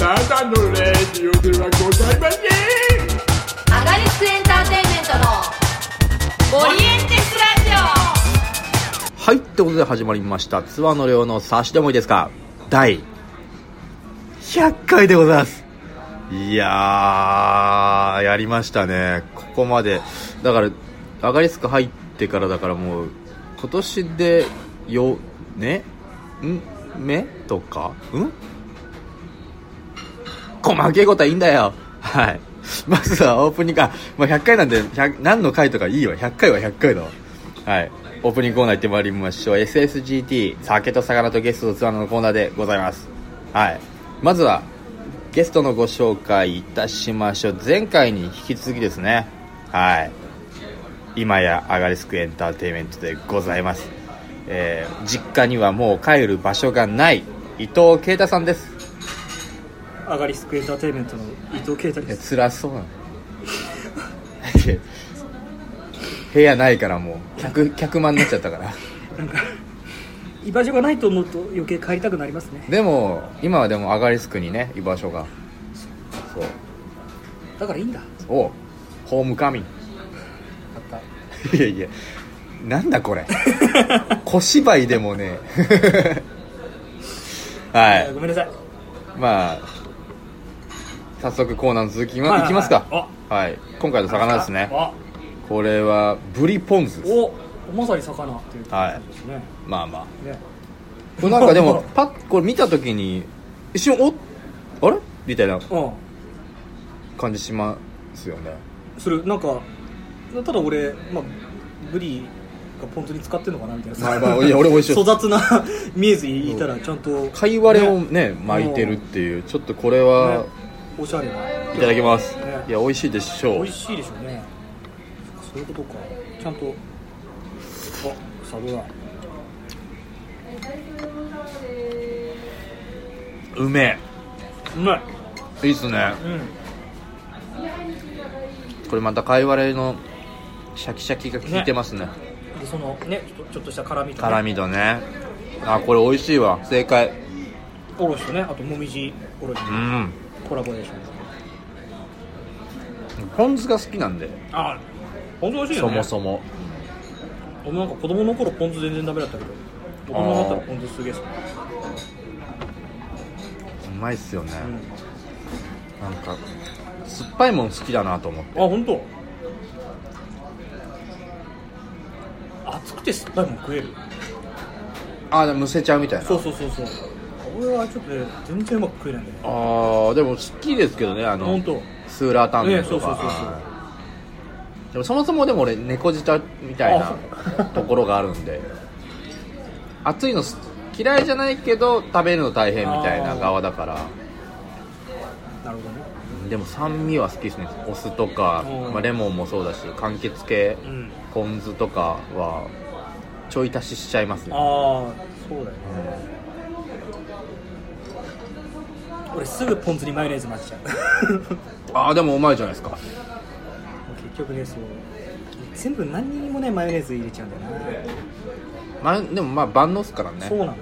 ただのレディオではございません。 アガリスクエンターテインメントのオリエンテスラジオ。 はい、ってことで始まりましたツアーの量の差しでもいいですか、第100回でございます。いやー、やりましたね。ここまでだからアガリスク入ってからだからもう今年で目とか細けいことはいいんだよ。はい、まずはオープニング100回なんで何の回とかいいわ。100回は100回だわ。はい、オープニングコーナー行ってまいりましょう。 SSGT 酒と魚とゲストとツアーのコーナーでございます。はい、まずはゲストのご紹介いたしましょう。前回に引き続きですね。はい、今やアガリスクエンターテインメントでございます。実家にはもう帰る場所がない伊藤啓太さんです。 アガリスクエンターテインメントの伊藤啓太です。 辛そうなの部屋ないからもう客間になっちゃったからなんか居場所がないと思うと余計帰りたくなりますね。 でも今はでもアガリスクにね居場所がそうだからいいんだ。 おホームカミングあった。 いやなんだこれ小芝居でもねはい、 ごめんなさい。 まあ早速コーナーの続きいきますか。はい、今回の魚ですね。これはブリポン酢です。 まさに魚っていう感じですね。 まあまあ、 ね、 これなんかでもパッこれ見たときに一瞬あれみたいな感じしますよね。 する。なんかただ俺、ブリがポン酢に使ってるのかなみたいな。 いや俺も一緒。 粗雑な見えずにいたらちゃんと貝割れをね巻いてるっていう、ちょっとこれは、 おしゃれな。 いただきます。 ね、 いや美味しいでしょう。 美味しいでしょうね。そういうことか。ちゃんとさどうだ。 うまい。いいっすね。これまた貝割れのシャキシャキが効いてますね。 でそのねちょっとした辛みとね。 辛みとね。これ美味しいわ。正解。 おろしとね、あともみじおろしのコラボレーション。 ポン酢が好きなんで。 ポン酢美味しいよね。 そもそも。 俺なんか子供の頃ポン酢全然ダメだったけど、大人になったらポン酢すげえ好き。 うまいっすよね。なんか酸っぱいもん好きだなと思って。 本当。熱くて酸っぱいもん食える。 でもむせちゃうみたいな。 そう。俺はちょっとね全然うまく食えないんだよね。 でも好きですけどね。 本当。 スーラータンメンとか。 そう。 でもそもそもでも俺猫舌みたいなところがあるんで熱いの嫌いじゃないけど食べるの大変みたいな側だから。 なるほどね。 でも酸味は好きですね。お酢とか、レモンもそうだし柑橘系、ポン酢とかはちょい足ししちゃいますね。 そうだよね。俺すぐポン酢にマヨネーズ混ぜちゃう。 でもうまいじゃないですか。 結局ね、そう全部何にもねマヨネーズ入れちゃうんだよな。 でも万能っすからね。 そうなのよ。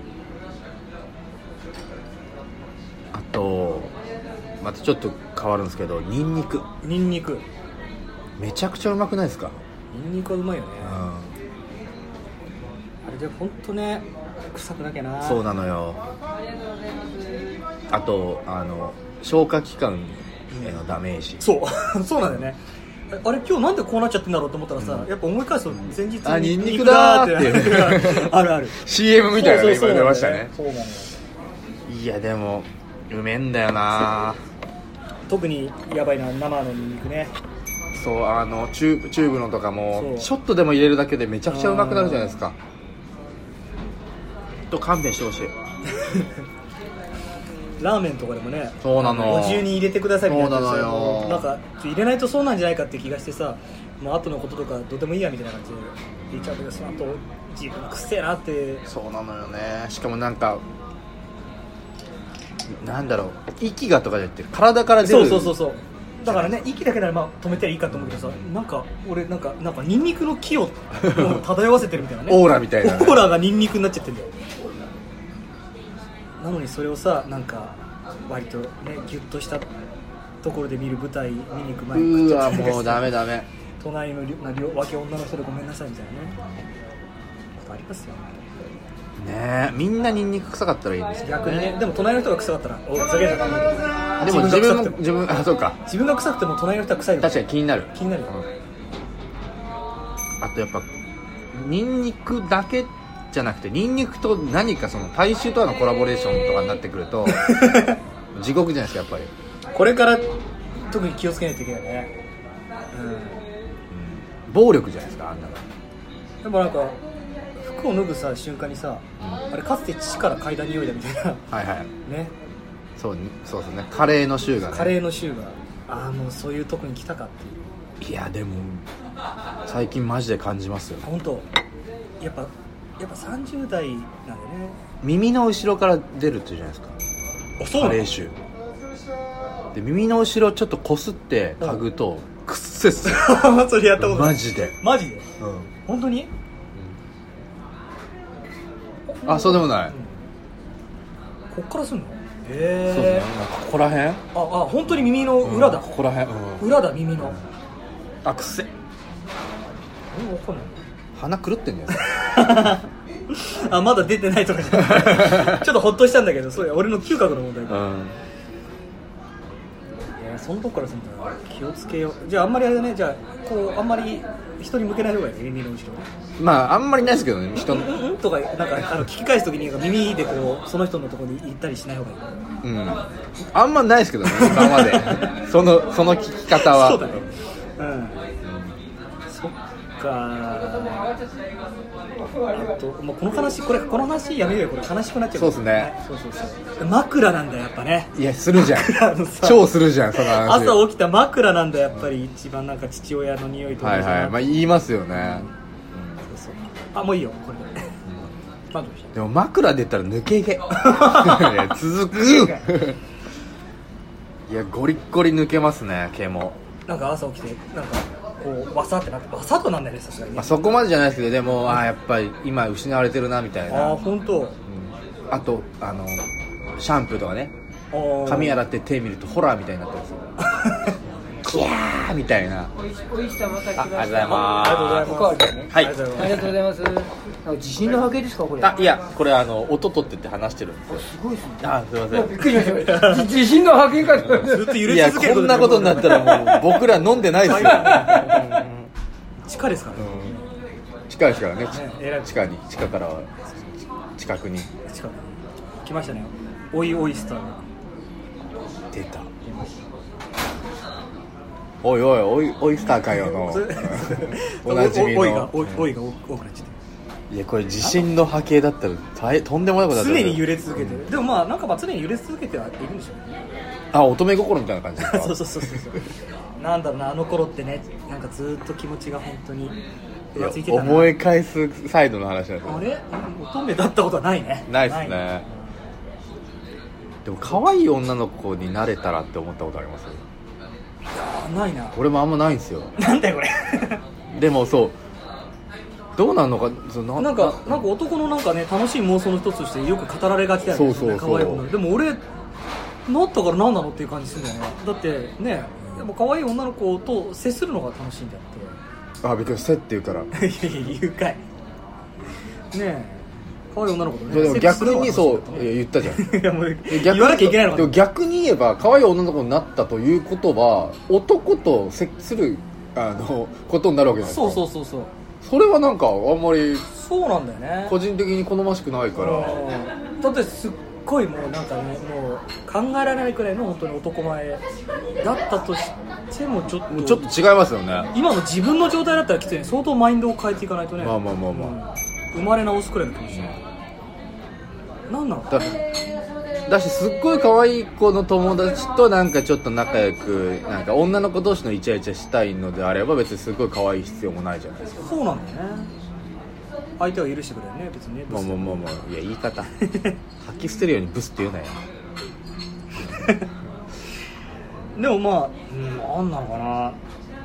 あとまたちょっと変わるんですけどニンニクめちゃくちゃうまくないですか。 ニンニクはうまいよね。あれでほんとね臭くなきゃな。 そうなのよ。あと消化器官へのダメージ、 そうなんだよね。あれ今日なんでこうなっちゃってんだろうと思ったらさ、やっぱ思い返すと前日ニンニクだーってある CM みたいなの今出ましたね。 そうなのよ。 いやでもうめえんだよな。 特にやばいな生のニンニクね。 そうチューブのとかもちょっとでも入れるだけでめちゃくちゃうまくなるじゃないですか。勘弁してほしいラーメンとかでもね、 そうなの。 お重に入れてくださいみたいな。 そうなのよ。 なんか入れないとそうなんじゃないかって気がしてさ、後のこととかどうでもいいやみたいな感じで入れちゃうけど、その後自分くせえなって。 そうなのよね。しかもなんかなんだろう、息がとかじゃなくて体から出る。 そうだからね、息だけなら止めたらいいかと思うけどさ、なんか俺なんかニンニクの木を漂わせてるみたいなねオーラみたいな、ね、 オーラがニンニクになっちゃってるんだよ。なのにそれをさ、なんか割とねギュッとしたところで見る舞台見に行く前にうわもうダメ隣の若い女の人でごめんなさいみたいなねことありますよね。 ねえ、みんなニンニク臭かったらいいんですけど、ね、 逆にね。でも隣の人が臭かったらおふざけんなかでも自分あ、そうか、 自分が臭くても隣の人は臭いの確かに気になる、 気になるよ、 あとやっぱニンニクだけじゃなくてニンニクと何かその大衆とはのコラボレーションとかになってくると地獄じゃないですかやっぱり。 これから特に気をつけないといけないね、 暴力じゃないですかあんなの。 でもなんか服を脱ぐさ瞬間にさ、あれかつて父から嗅いだ匂いだみたいなはいはいね、 そうですね、カレーの臭がね、 カレーの臭が、ああもうそういうとこに来たかっていう。 いやでも最近マジで感じますよ。 本当やっぱ30代なんでね。 耳の後ろから出るって言うじゃないですか、 あ、そうなの。 カレー臭で、耳の後ろちょっとこすって嗅ぐとくっせっすよそれやったことない。 マジで、 マジで、 うん、 本当に、 あ、そうでもない、 こっからすんの。 そうですね、ここら辺、 あ、本当に耳の裏だ、 ここら辺、 裏だ耳の。 あ、くっせ、 分かんない鼻狂ってんじゃないですかあ、まだ出てないとかじゃないちょっとホッとしたんだけど、そうや俺の嗅覚の問題か、いやそのとこからするんだな、気をつけよう。じゃああんまりあれだね、じゃあこうあんまり人に向けない方がいいね、耳の後ろ。 まああんまりないですけどね、人の、 とかなんか聞き返すときに耳でこうその人のところに行ったりしない方がいい。 あんまないですけどね今までその聞き方は。 そうだね、そっか。あともうこの話やめようよ、これ悲しくなっちゃう。 そうですね。 そう枕なんだやっぱね。 いやするじゃん超するじゃんその話。 朝起きた枕なんだやっぱり一番なんか父親の匂いとか。 はいはい、まあ言いますよね、 そうあ、もういいよこれででも枕出たら抜け毛いや続くよいやゴリッゴリ抜けますね毛も。 なんか朝起きてなんかこうわさってなって、わさとなんだよねさすがにね。 そこまでじゃないですけど、でもやっぱり今失われてるなみたいな。 本当。 あとシャンプーとかね、髪洗って手見るとホラーみたいになってるんですよキャーみたいな。 おいしさまた来ました。 ありがとうございます。 ありがとうございます。 はい、 ありがとうありがとうございます。地震の波形ですかこれ。 いやこれ音取ってって話してるんですよ。 すごいですね。 すいません。 びっくりしました。地震の波形かと。 ずっと揺れいや続けるこんなことになったらもう僕ら飲んでないですよ地下ですからね。 近いですからね、 偉い地下からは近くに近くに来ましたね。オイスターが出た。おいオイスターかよのおなじみのオイが多くなっちゃって。 いやこれ地震の波形だったらとんでもないことだった。 常に揺れ続けてる。でもまあなんか常に揺れ続けてはいるんでしょうね。 乙女心みたいな感じですかそうなんだろうな、あの頃ってね、なんかずっと気持ちが本当に浮ついてたな。 思い返すサイドの話なんですよ。 あれ乙女だったことはないね。 ないですね。でも可愛い女の子になれたらって思ったことあります？ ないな。 俺もあんまないんですよ。 なんだよこれでもそうどうなんのかなんか男のなんかね楽しい妄想の一つとしてよく語られがちだよね。 そう可愛い女でも俺なったから何なのっていう感じするんだよね。だってねやっぱ可愛い女の子と接するのが楽しいんだって。 びっくりしてって言うからいや言うかいねえ可愛い女の子とね。 でも逆にそう言ったじゃんいやもう言わなきゃいけないのかでも逆に言えば可愛い女の子になったということは男と接することになるわけじゃないですか。 そうそれはなんかあんまりそうなんだよね。 個人的に好ましくないからだってすっごいもうなんかねもう考えられないくらいの本当に男前だったとしてもちょっと違いますよね。 今の自分の状態だったらきついね。相当マインドを変えていかないとね。 まあ、 生まれ直すくらいの気持ちなんなのだしすっごい可愛い子の友達となんかちょっと仲良くなんか女の子同士のイチャイチャしたいのであれば別にすごい可愛い必要もないじゃないですか。 そうなんだよね。相手は許してくれるね別にね。 もういや言い方吐き捨てるようにブスって言うなよでもまあなんなのかな。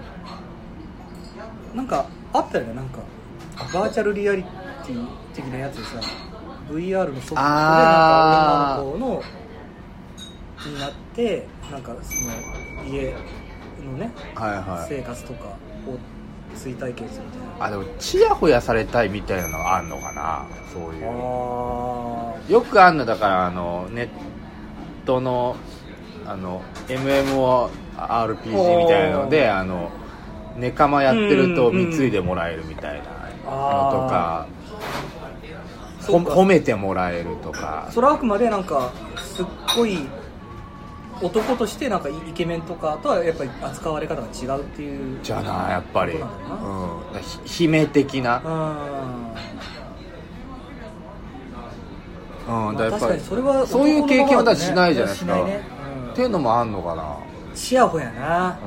なんかあったよね。なんかバーチャルリアリティ的なやつでさ VR のソフトでなんか女の子のになってなんかその家のね、 はいはい生活とかを追体験するみたいな。 でもチヤホヤされたいみたいなのがあんのかな、そういうあよくあんのだからネットのMMORPG みたいなのでネカマやってると貢いでもらえるみたいなのとか、褒めてもらえるとか。 それはあくまでなんかすっごい男としてなんかイケメンとかとはやっぱり扱われ方が違うっていうじゃなやっぱり、 ことなんだな。 姫的な、だからやっぱり確かにそれはそういう経験はしないじゃないですか、 しないね、 っていうのもあんのかな。 チヤホヤな、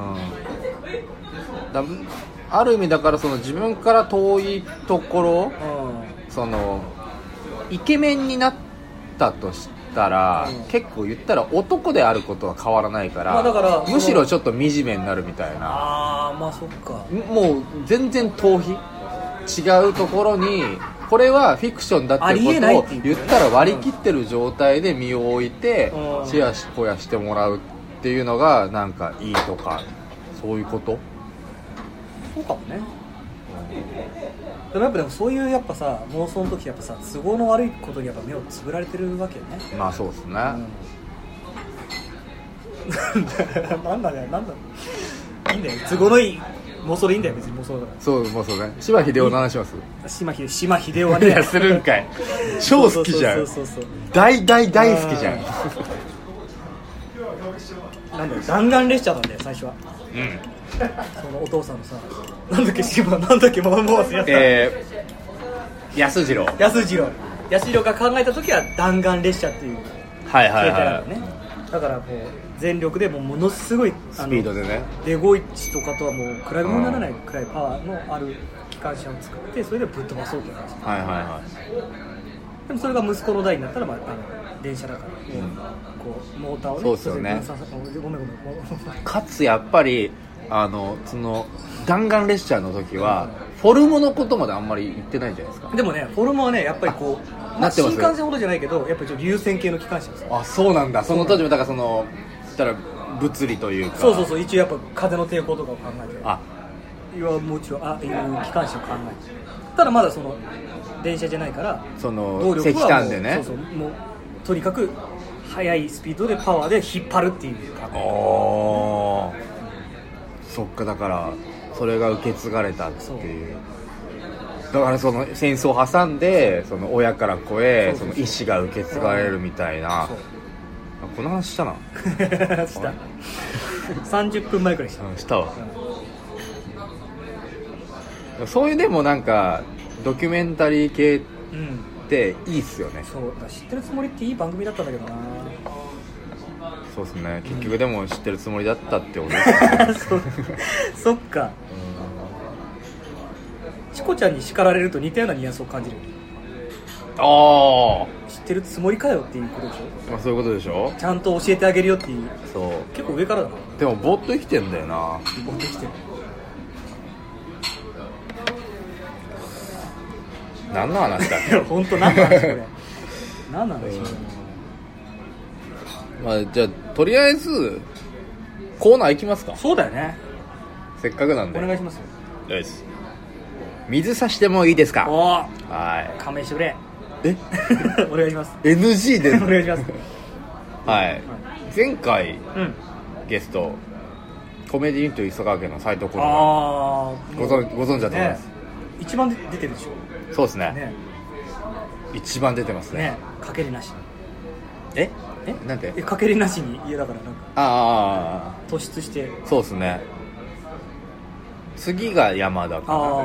ある意味だからその自分から遠いところ、そのイケメンになったとしたら、結構言ったら男であることは変わらないから、 だからむしろちょっと惨めになるみたいな。 まあそっか。 もう全然逃避違うところに、これはフィクションだっていうことを言ったら割り切ってる状態で身を置いてチヤホヤしてもらうっていうのがなんかいいとか、そういうこと。 そうかもね。でもやっぱそういうやっぱさ妄想の時やっぱさ都合の悪いことにやっぱ目をつぶられてるわけよね。 まあそうですね、 なんだね、なんだいいんだよ、都合のいい妄想でいいんだよ、別に妄想だから。 そうね。柴秀夫の話します。 島秀夫はね、 いやするんかい。超好きじゃん。 そう大好きじゃん。 なんだよ、弾丸列車なんだよ最初は。そのお父さんのさ、なんだっけもう忘れちゃった。 安次郎が考えた時は弾丸列車っていうはい携帯なんだね。だからこう全力でものすごいスピードでね、 デゴイチとかとはもう比べ物にならないくらいパワーのある機関車を作ってそれでぶっ飛ばそうという話。でもそれが息子の代になったら、電車だから、こうモーターをね、 そうですよね。 ごめんかつやっぱりその弾丸列車の時はフォルムのことまであんまり言ってないじゃないですか。 でもね、フォルムはねやっぱりこう、新幹線ほどじゃないけどやっぱり流線形の機関車です。 そうなんだ。その当時もだから言ったら物理というか、 そう一応やっぱ風の抵抗とかを考えて、もちろんいう機関車を考えて、ただまだその電車じゃないからその動力は石炭でね、 もうとにかく速いスピードでパワーで引っ張るっていう感じ。 そっか、だからそれが受け継がれたっていう。だからその戦争を挟んでその親から子へその意思が受け継がれるみたいな。この話したな。 した30分前くらいしたわ。そういうでもなんかドキュメンタリー系っていいっすよね。 そう知ってるつもりっていい番組だったんだけどな。 そうですね。結局でも知ってるつもりだったってことですね。 そっか。チコちゃんに叱られると似たようなニュアンスを感じる。知ってるつもりかよっていうことでしょ。 そういうことでしょ。 ちゃんと教えてあげるよっていう。 そう。 結構上からだな。 でもぼーっと生きてんだよな。 ぼーっと生きてる。 何の話だっけ。 本当何の話これ。何の話。 じゃあとりあえずコーナー行きますか。 そうだよね。 せっかくなんでお願いしますよ。 よし。水差してもいいですか。はい。 勘弁してくれ。お願いします。 NG でお願いします。 はい。前回ゲストコメディユニット磯川家の斉藤浩太さんご存知だと思います。 一番出てるでしょ。 そうですね。一番出てますね。 かけりなし。 なんて？ かけりなしにだからなんか突出して。 そうですね。次が山田かな。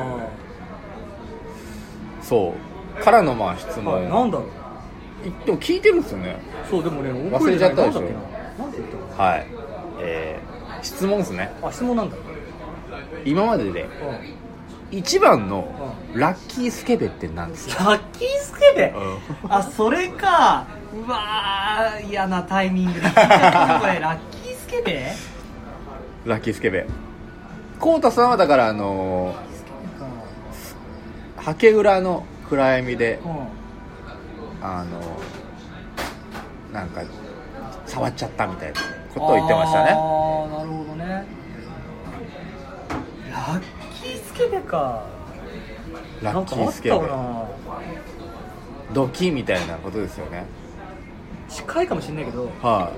そうからの質問。 なんだろう。 でも聞いてるんですよね。 そうでもね忘れちゃったでしょ。 なんて言ったの？ はい。質問ですね。 質問なんだ。 今までで一番のラッキースケベって何ですか？ ラッキースケベ？それか。うわー嫌なタイミングで聞いたこれラッキースケベ？ ラッキースケベ。コウタさんはだからハケ裏の暗闇でなんか触っちゃったみたいなことを言ってましたね。 ああなるほどね。ラッキースケベか。 ラッキースケベなんかあったかな。 ドキみたいなことですよね。 近いかもしれないけど、 は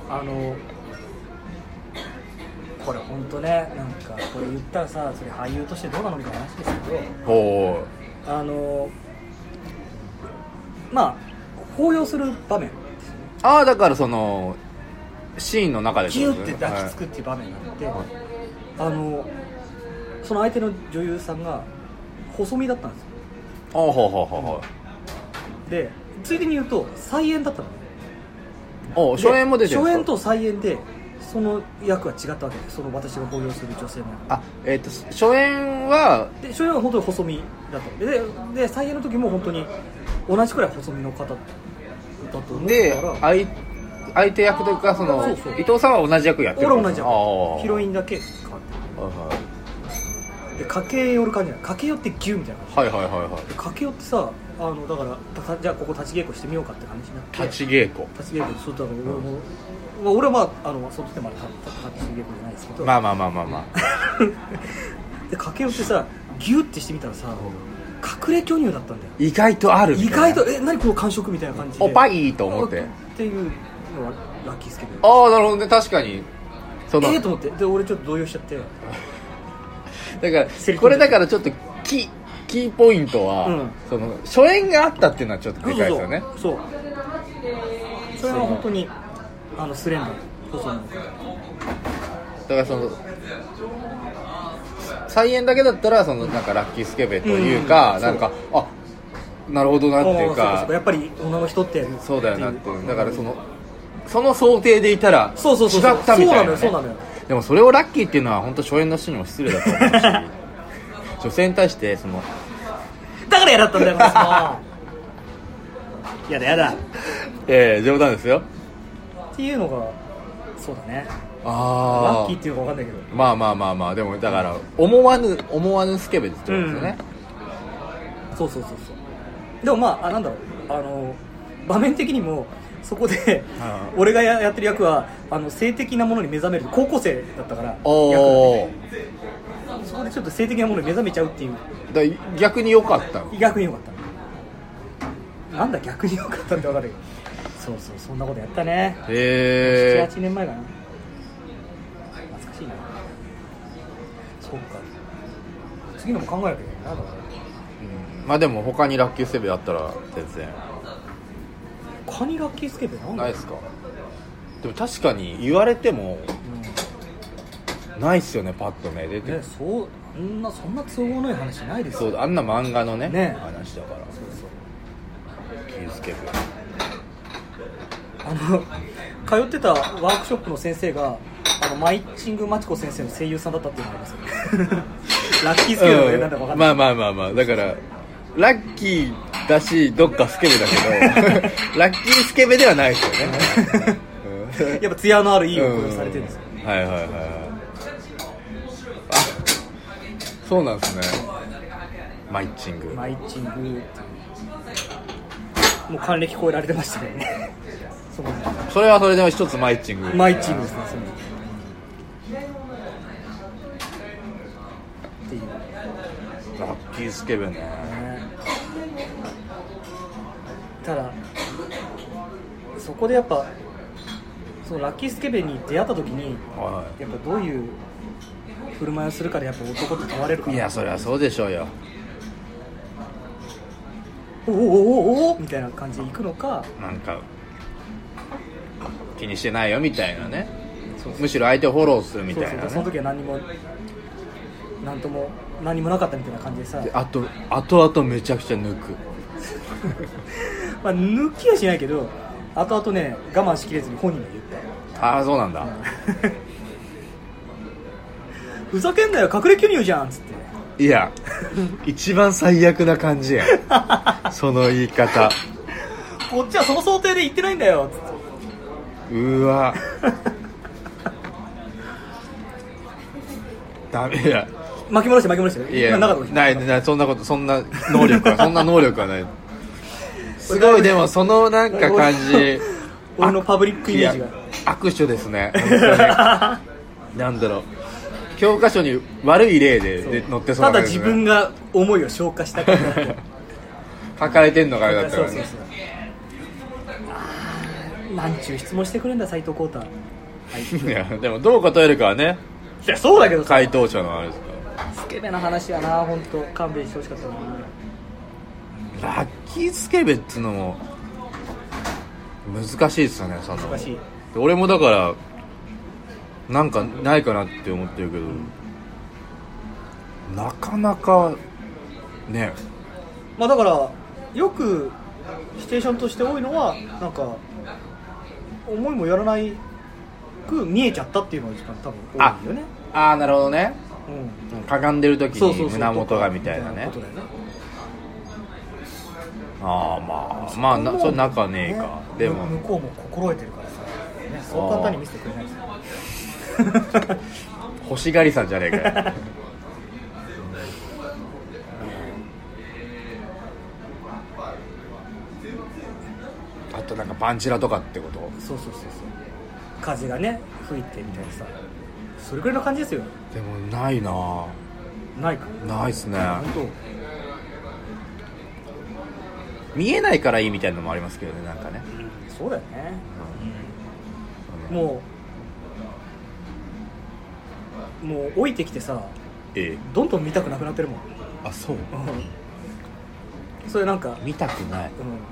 これ本当ね、なんかこれ言ったらさ、それ俳優としてどうなのみたいな話ですけど、 い。ほまあ抱擁する場面ですよね。 ああだからそのシーンの中でギュって抱きつくっていう場面があって、その相手の女優さんが細身だったんですよ。 ああほうほうほうほう。 でついでに言うと再演だったのね。 お初演も出てるんですか。 初演と再演でその役は違ったわけで、その私が抱擁する女性の役。 あ初演はで初演は本当に細身だったで再演の時も本当に同じくらい細身の方だと思ったでから相手役というかそのそうそう伊藤さんは同じ役やってる。 俺同じ役、ヒロイン。 ンだけ変わってで駆け寄る感じじゃない、駆け寄ってギューみたいな感じはいはいはいはい。 で駆け寄ってさ、だからじゃあここ立ち稽古してみようかって感じになって立ち稽古。 立ち稽古そうだから俺はまあその時まで立ち稽古じゃないですけど、 まあまあまあまあまあで駆け寄ってさギューってしてみたらさ隠れ巨乳だったんだよ。 意外とあるみ意たいな。 外と何この感触みたいな感じでおぱいと思ってっていうのはラッキーですけど、 ああなるほどね。確かにそのと思ってで俺ちょっと動揺しちゃってだからこれだからちょっとキーポイントは、その初演があったっていうのはちょっとでかいですよね。 そうそれは本当にスレンダー細いのだからその再演だけだったらそのなんかラッキースケベというか、なんかなるほどなっていうか、 そうやっぱり女の人ってそうだよなっていう。だからその想定でいたら違ったみたいなね。 そうなのよ。 でもそれをラッキーっていうのは本当初演の人にも失礼だと思うし女性に対してそのだから嫌だったんだよやだやだ冗談ですよっていうのがそうだね。ラあッキーっていうのか分かんないけど、 まあまあまあまあでもだから思わぬスケベってことですよね。 そうでもまあなんだろう場面的にもそこで俺がやってる役は性的なものに目覚める高校生だったから役そこでちょっと性的なものに目覚めちゃうっていう。 だ逆に良かったの。 逆に良かったなんだ逆に良かったって分かるけどそうそんなことやったね。7、8年前かな。懐かしいな。そうか次のも考えなきゃいけないな。 まあでも他にラッキースケベあったら全然他にラッキースケベなんだないですか。でも確かに言われても、ないっすよねパッとね出て、 そんな都合のいい話ないですよ。 そうあんな漫画のねね話だから。ラッキースケベ通ってたワークショップの先生がマイチングマチコ先生の声優さんだったっていうのがありますよねラッキースケベのなんだか分かんない、 まあだからラッキーだしどっかスケベだけどラッキースケベではないですよねやっぱ艶のあるいいお声をされてるんですよ、 はいそうなんですね。マイチングもう還暦超えられてましたけどねそれはそれでも一つマイチングですねっていうラッキースケベね。 ただそこでやっぱそのラッキースケベに出会った時に、やっぱどういう振る舞いをするかでやっぱ男って問われるから。 いやそれはそうでしょうよ。 おみたいな感じでいくのか、 なんか気にしてないよみたいなね。むしろ相手をフォローするみたいなね。 その時は何もなかったみたいな感じでさ、 あと々めちゃくちゃ抜くまあ抜きはしないけど後々ね我慢しきれずに本人が言った。 ああそうなんだふざけんなよ隠れ巨乳じゃんっつって。 いや一番最悪な感じやその言い方。 こっちはその想定で言ってないんだよっつって。 うわダメや。 巻き戻していやなかったないそんな能力はないすごい。でもそのなんか感じ俺のパブリックイメージが握手ですね本当になんだろう、教科書に悪い例で載ってそうなただ感じですね。 自分が思いを消化したから抱えてんのかあれだったらね。 そうそうそう。なんちゅう質問してくれんだ斉藤浩太。はいいやでもどう答えるかはね、 いやそうだけどさ、 回答者のあれですかスケベな話やな、本当勘弁してほしかったな。 ら。ラッキースケベっつうのも難しいですよね。その難しい。 俺もだからなんかないかなって思ってるけど、なかなかね。 まあだからよくシチュエーションとして多いのはなんか思いもやらないく見えちゃったっていうのが一番多分多いよね。 ああなるほどね。 うん、 かがんでる時そうそうそうに胸元がみたいなね。 ことだよね。 ああまあまあなそれ仲ねえか、 ね、 でも向こうも心得てるからさ、ね、そう簡単に見せてくれないですよ欲しがりさんじゃねえかよあとなんかパンチラとかってこと。 そうそうそうそう、風がね吹いてみたいなさ、それくらいの感じですよ。 でもないな。 ないかないっすね。 本見えないからいいみたいなのもありますけどね、なんかね。 当、そうだよね、もう置いてきてさ、どんどん見たくなくなってるもん。 あ、そうそういうなんか、 見たくない、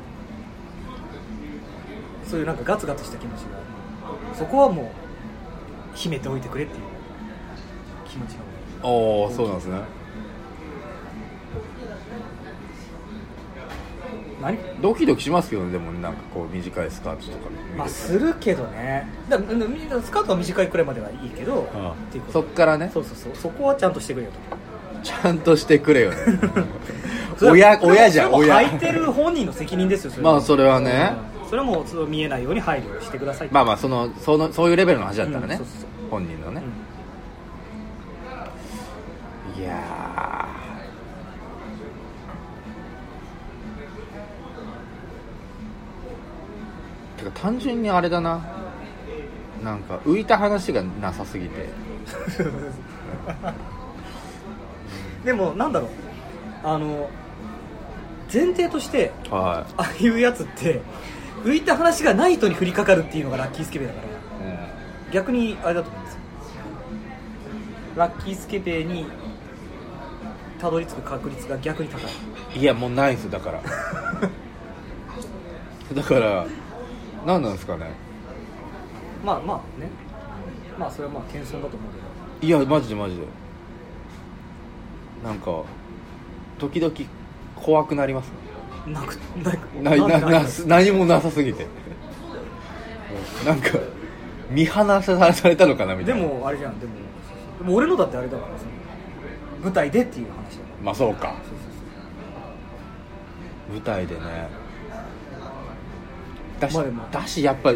そういうなんかガツガツした気持ちが、そこはもう秘めておいてくれっていう気持ちが。 おお、そうなんですね。 何？ ドキドキしますけどね、でもなんかこう短いスカートとかまあするけどね。だからスカートは短いくらいまではいいけど、っていうこと。 そっからね。 そうそうそう、そこはちゃんとしてくれよと。 ちゃんとしてくれよね親じゃん、親。 履いてる本人の責任ですよ。それまあそれはね、 それはもう見えないように配慮してください。 まあまあそういうレベルの話だったらね、 そうそうそう、 本人のね、いやー、てか単純にあれだな、なんか浮いた話がなさすぎてでもなんだろう、前提として、 はい、 ああいうやつって浮いた話がない人に降りかかるっていうのがラッキースケベだから、逆にあれだと思うんですよ。ラッキースケベにたどり着く確率が逆に高い。 いやもうないんですよ、だからだから何なんですかね。 まあまあね、まあそれはまあ謙遜だと思うけいやマジでなんか時々怖くなりますね。何もなさすぎてなんか見放されたのかなみたいな。 でもあれじゃん、でも俺のだってあれだからさ、舞台でっていう話だから。 まあそうか、 そう舞台でね。だし、 まあでもやっぱり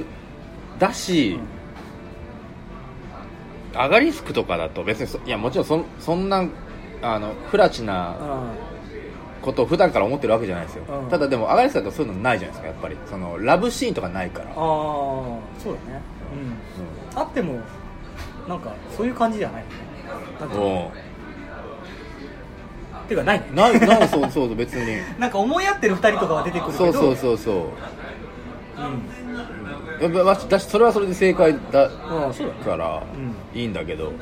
アガリスクとかだと別にいやもちろんそんな不ラチなことを普段から思ってるわけじゃないですよ、ただでもアガリスクだとそういうのないじゃないですか。やっぱりそのラブシーンとかないから。 ああそうだね、あってもなんかそういう感じじゃないよね。なんかっていうかないね。 ないそう別になんか思い合ってる2人とかは出てくるけど、 そうやっぱだしそれはそれで正解だからいいんだけど、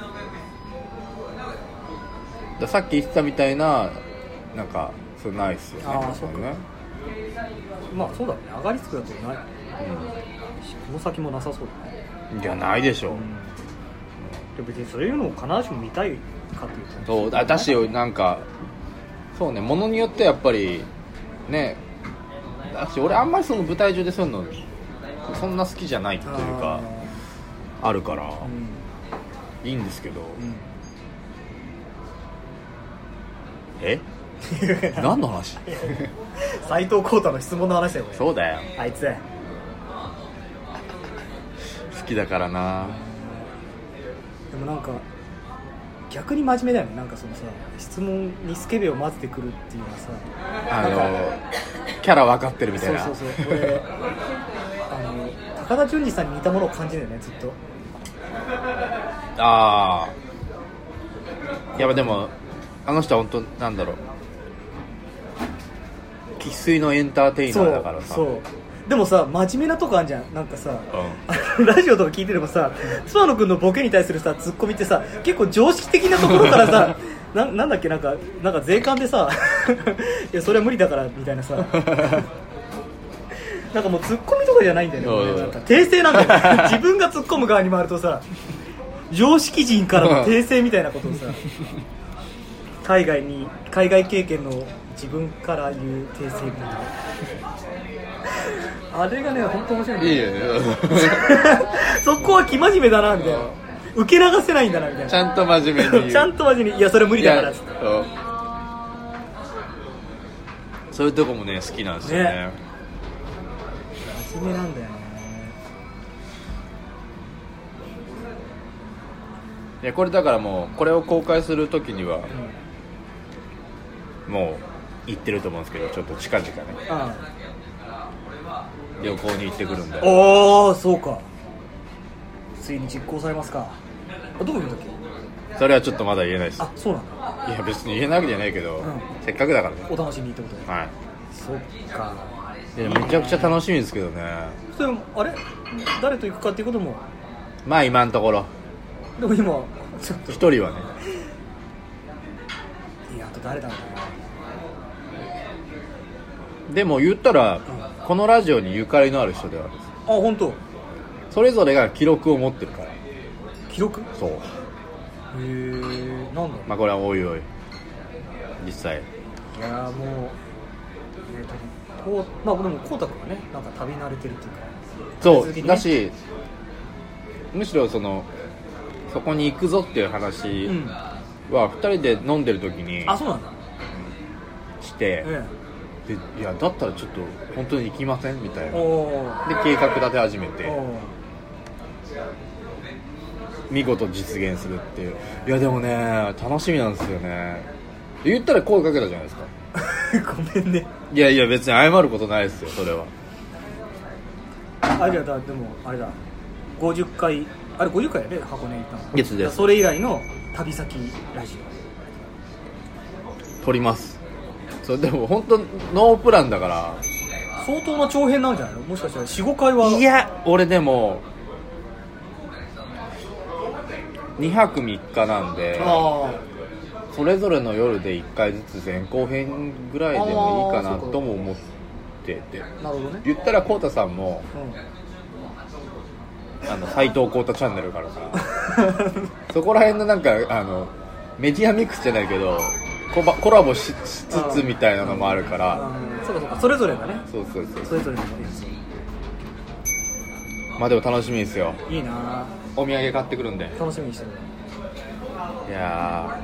さっき言ってたみたいななんかそれないっすよね。 ああそうか、まあそうだね、上がりつくだとない、この先もなさそうだね。 いやないでしょ、 で別にそういうのを必ずしも見たいかっていうと、 そうだしなんかそうね、ものによってやっぱりね、だし俺あんまりその舞台上でそういうのそんな好きじゃないっていうかあるから、いいんですけど、何の話斉藤浩太の質問の話だよね。 そうだよ、 あいつ好きだからな。 でもなんか逆に真面目だよね。なんかそのさ、質問にスケベを混ぜてくるっていうのはさ、 キャラ分かってるみたいな。 そう俺高田純次さんに似たものを感じるよねずっと。 ああ、やっぱでもあの人は本当なんだろう、生粋のエンターテイナーだからさ。 そうでもさ真面目なとこあんじゃん。なんかさ、 うラジオとか聞いてればさ諏訪野くんのボケに対するさツッコミってさ結構常識的なところからさなんだっけなんか税関でさいやそれは無理だからみたいなさなんかもうツッコミとかじゃないんだよね、なんか訂正なんだよ自分が突っ込む側に回るとさ常識人からの訂正みたいなことをさ海外経験の自分から言う訂正みたいなあれがね本当面白いんだよ。 いいよねそこは生真面目だなみたいな、受け流せないんだなみたいな、 ちゃんと真面目に言うちゃんと真面目にいやそれ無理だからっつってそういうとこもね好きなんですよね。 真面目なんだよね。 いやこれだからもうこれを公開するときには、もう行ってると思うんですけど、ちょっと近々ね旅行に行ってくるんで。 おおそうか、ついに実行されますか。どこ行くんだっけ。 それはちょっとまだ言えないです。 あそうなんだ。 いや別に言えなくじゃないけど、せっかくだからね。 お楽しみってことで。 はい。 そっか。 いやめちゃくちゃ楽しみですけどね。 それあれ誰と行くかっていうことも。 まあ今のところでも今ちょっと一人はね。 いやあと誰だろうな。 でも言ったら、このラジオにゆかりのある人ではあるんです。 あ本当。 それぞれが記録を持ってるから。 記録。 そう。 へえなんだろう。 まあこれはおいおい実際。 いやもうまあでもこうたくんがねなんか旅慣れてるっていうか。 そう、 ね、 だしむしろそこに行くぞっていう話は2人で飲んでる時にあそうなんだして、でいやだったらちょっと本当に行きませんみたいなで計画立て始めて見事実現するっていう。いやでもね楽しみなんですよね。言ったら声かけたじゃないですかごめんね。 いやいや別に謝ることないですよそれは。 あれだでもあれだ50回あれ50回やね箱根行ったの。 月です。 それ以来の旅先ラジ撮ります。そうでも本当ノープランだからオ相当な長編なんじゃないの。もしかしたら 4,5 回は。 いや俺でも2泊3日なんでそれぞれの夜で1回ずつ前後編ぐらいでもいいかなとも思ってて。 なるほどね。 言ったらコウタさんも、斉藤コウタチャンネルからさそこら辺のなんかメディアミックスじゃないけどコラボしつつみたいなのもあるからそうかそうかそれぞれがね。 そうそうそうそれぞれのまあでも楽しみですよ。 いいなお土産買ってくるんで楽しみにしてる。 いや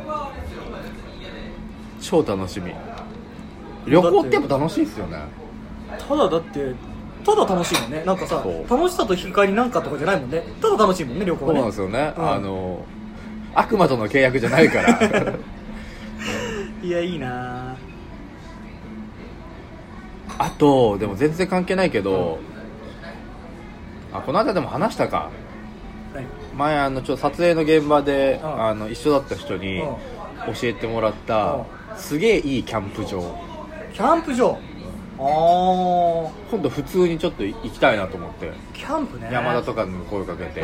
超楽しみ。旅行ってやっぱ楽しいですよね。 ただ楽しいもんね。なんかさ楽しさと引き換えになんかとかじゃないもんね。ただ楽しいもんね旅行ね。 そうなんですよね、悪魔との契約じゃないからいやいいなあとでも全然関係ないけど、この間でも話したか。前撮影の現場で一緒だった人に教えてもらったすげえいいキャンプ場。 キャンプ場。 今度普通にちょっと行きたいなと思って。 キャンプね。 山田とかに声かけて。 キ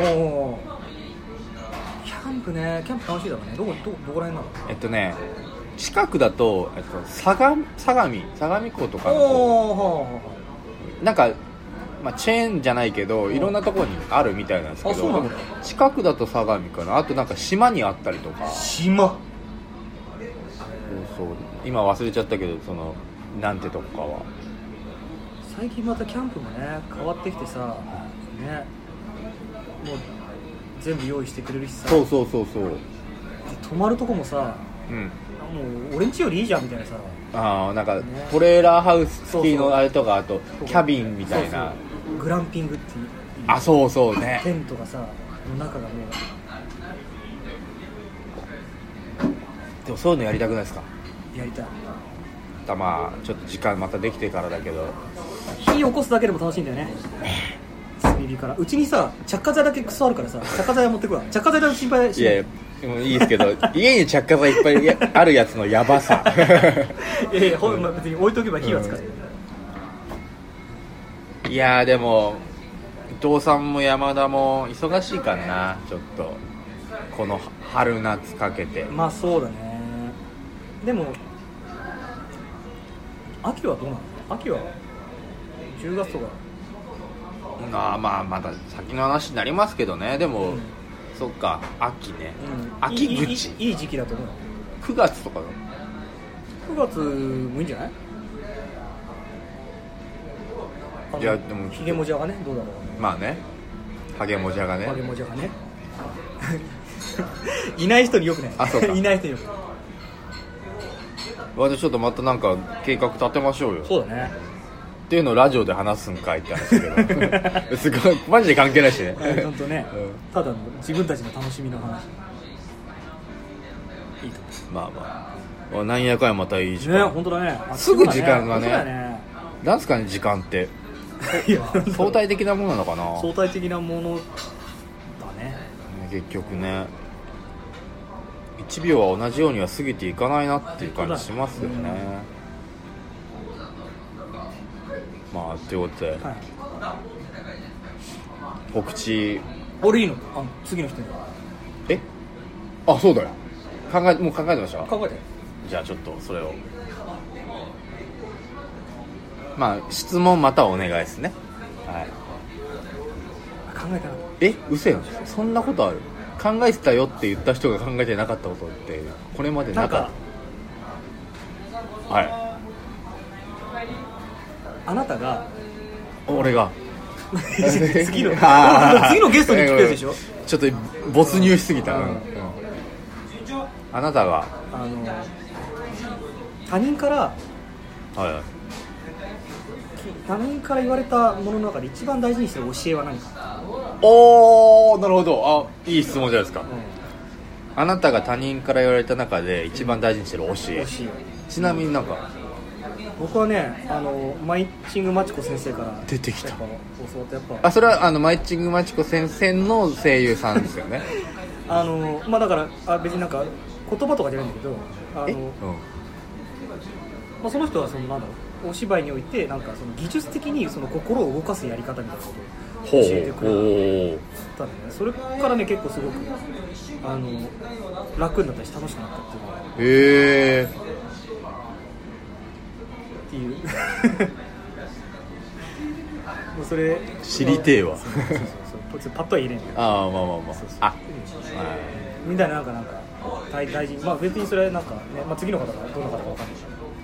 ャンプね。キャンプ楽しいだろうね。どこら辺なの。 近くだと相模湖とかのなんかチェーンじゃないけどいろんなところにあるみたいなんですけど、近くだと相模かな。あとなんか島にあったりとか。 島。 そう今忘れちゃったけどなんてとこかは。 最近またキャンプもね変わってきてさねもう全部用意してくれるしさ。 そう泊まるとこもさ、もう俺ん家よりいいじゃんみたいなさ。 なんかトレーラーハウス付きのあれとかあとキャビンみたいな。 グランピングっていうそうね。 テントがさの中がもう。 でもそういうのやりたくないですか。 やりたい。 まあちょっと時間またできてからだけど火起こすだけでも楽しいんだよね。 ビビからうちにさ着火剤だけクソあるからさ着火剤は持ってくわ。着火剤の心配しない。 いやいいですけど家に着火剤いっぱいあるやつのヤバさいやいや、まあ、別に置いとけば火はつかない、 いやでも伊藤さんも山田も忙しいからな、ちょっとこの春夏かけて。 まあそうだね。でも秋はどうなの？秋は10月とか。 まあまだ先の話になりますけどね。でも、そっか秋ね、秋口いい時期だと思う。 9月とかだ。 9月もいいんじゃない？ いやでもヒゲモジャがねどうだろうね。 まあね、ハゲモジャがね。 ハゲモジャがねいない人によくない。 あ、そうかいない人によくない。 ちょっとまたなんか計画立てましょうよ。 そうだね。 っていうのをラジオで話すんかいって話だけどすごいマジで関係ないしね本当ね、ただの自分たちの楽しみの話。いいと思まあなんやかんやまたいい時うね。 間、 本当だね。 すぐ時間がね。 そうだね。 なんすかね時間っていや相対的なものなのかな。 相対的なものだね。 結局ね1秒は同じようには過ぎていかないなっていう感じしますよね。まあということで、 はい、 告知。 俺いいの？次の人に。 あ、そうだよ。もう考えてました？ 考えて。じゃあちょっとそれをまあ質問またお願いですね。はい。 考えたら。 嘘やん。そんなことある？考えてたよって言った人が考えてなかったことってこれまでなかった。はい。 あなたが俺が次のゲストに聞くやつでしょ。 ちょっと没入しすぎた、あなたが他人から言われたものの中で一番大事にしてる教えは何か。 おー、なるほど。いい質問じゃないですか、あなたが他人から言われた中で一番大事にしてる教え、ちなみになんか。 僕はねマイチングマチコ先生から出てきた。 教わってやっぱそれはマイチングマチコ先生の声優さんですよねまあだから別になんか言葉とかじゃないんだけどまあ、その人はなんだろう、お芝居においてなんかその技術的にその心を動かすやり方みたいなことを教えてくれたんで、ね、それからね結構すごく楽になったし楽しくなったっていうのはっていうもうそれ知りてえわそうパッとは言えないんだけど。 まあみたいななんか大事に、まあ別にそれはなんかね、まあ、次の方がどんな方か分かんないし、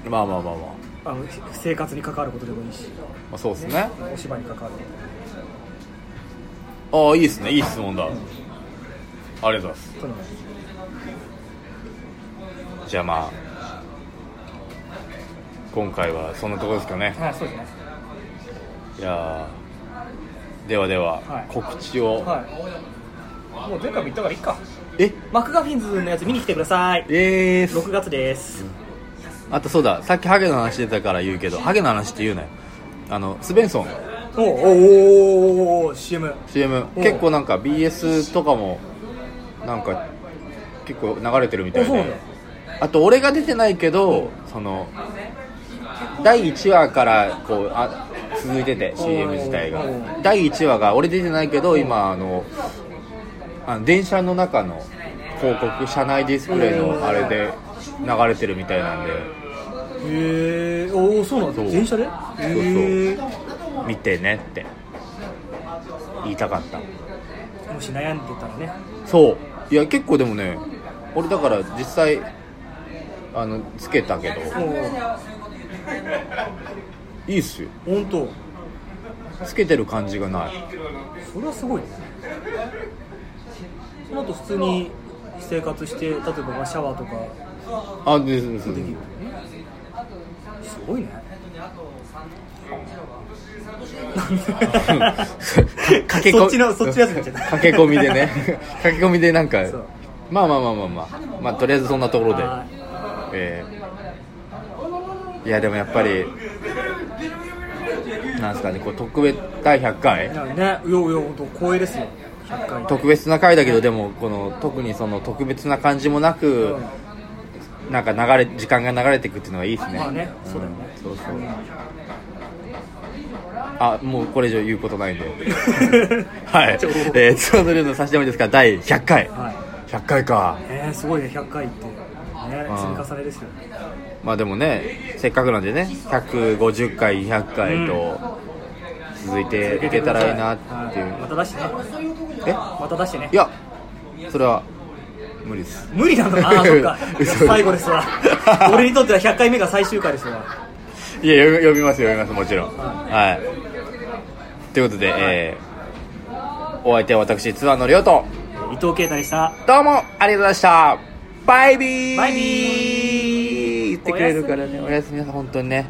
生活に関わることでもいいし、 そうですね。 お芝居に関わること。 いいですね。いい質問だ。ありがとうございます。じゃあまあ今回はそんなところですかね。 そうですね。 いやでは、告知を、 もう前回も言ったからいいか。マクガフィンズのやつ見に来てください。6月です、 あとそうだ、さっきハゲの話出たから言うけど、ハゲの話って言うなよ。スベンソンCM 結構なんか BS とかもなんか結構流れてるみたいで、あと俺が出てないけど第1話からこう続いてて CM 自体が第1話が俺出てないけど今電車の中の広告車内ディスプレイのあれで流れてるみたいなんで。 そうなんです。電車でそう見てねって言いたかった。 もし悩んでたらね。 そういや結構でもね、俺だから実際つけたけどいいっすよ。 本当つけてる感じがない。 それはすごいね。その後普通に生活して、例えばシャワーとかできる。 すごいね。そっちのやつになっちゃった。 駆け込みでね駆け込みでなんかまあとりあえずそんなところでいやでもやっぱりなんですかね、こう特別第100回いやね、本当光栄ですよ、100回特別な回だけど、でもこの特にその特別な感じもなく、なんか時間が流れていくっていうのがいいですね。 まあね、そうだよね、 そうそう。あ、もうこれ以上言うことないんではい、ツアーのルールの差し止めですから第100回、はい、100回か、 すごいね、100回ってね、積み重ねですよね。 まあでもね、せっかくなんでね、150回200回と続いていけたらいいなっていう、 また出してね、また出してね。 いや、それは無理です。 無理なのか、そっか最後ですわ俺にとっては100回目が最終回ですわ。 いや、読みますもちろん、はい、ということで、お相手は私ツアーのりょうと伊藤啓太でした。 どうもありがとうございました。バイビー言ってくれるからね、おやすみなさい。本当にね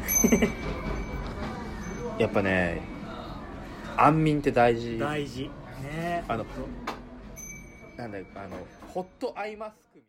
やっぱね、安眠って大事ね。 なんだホットアイマスク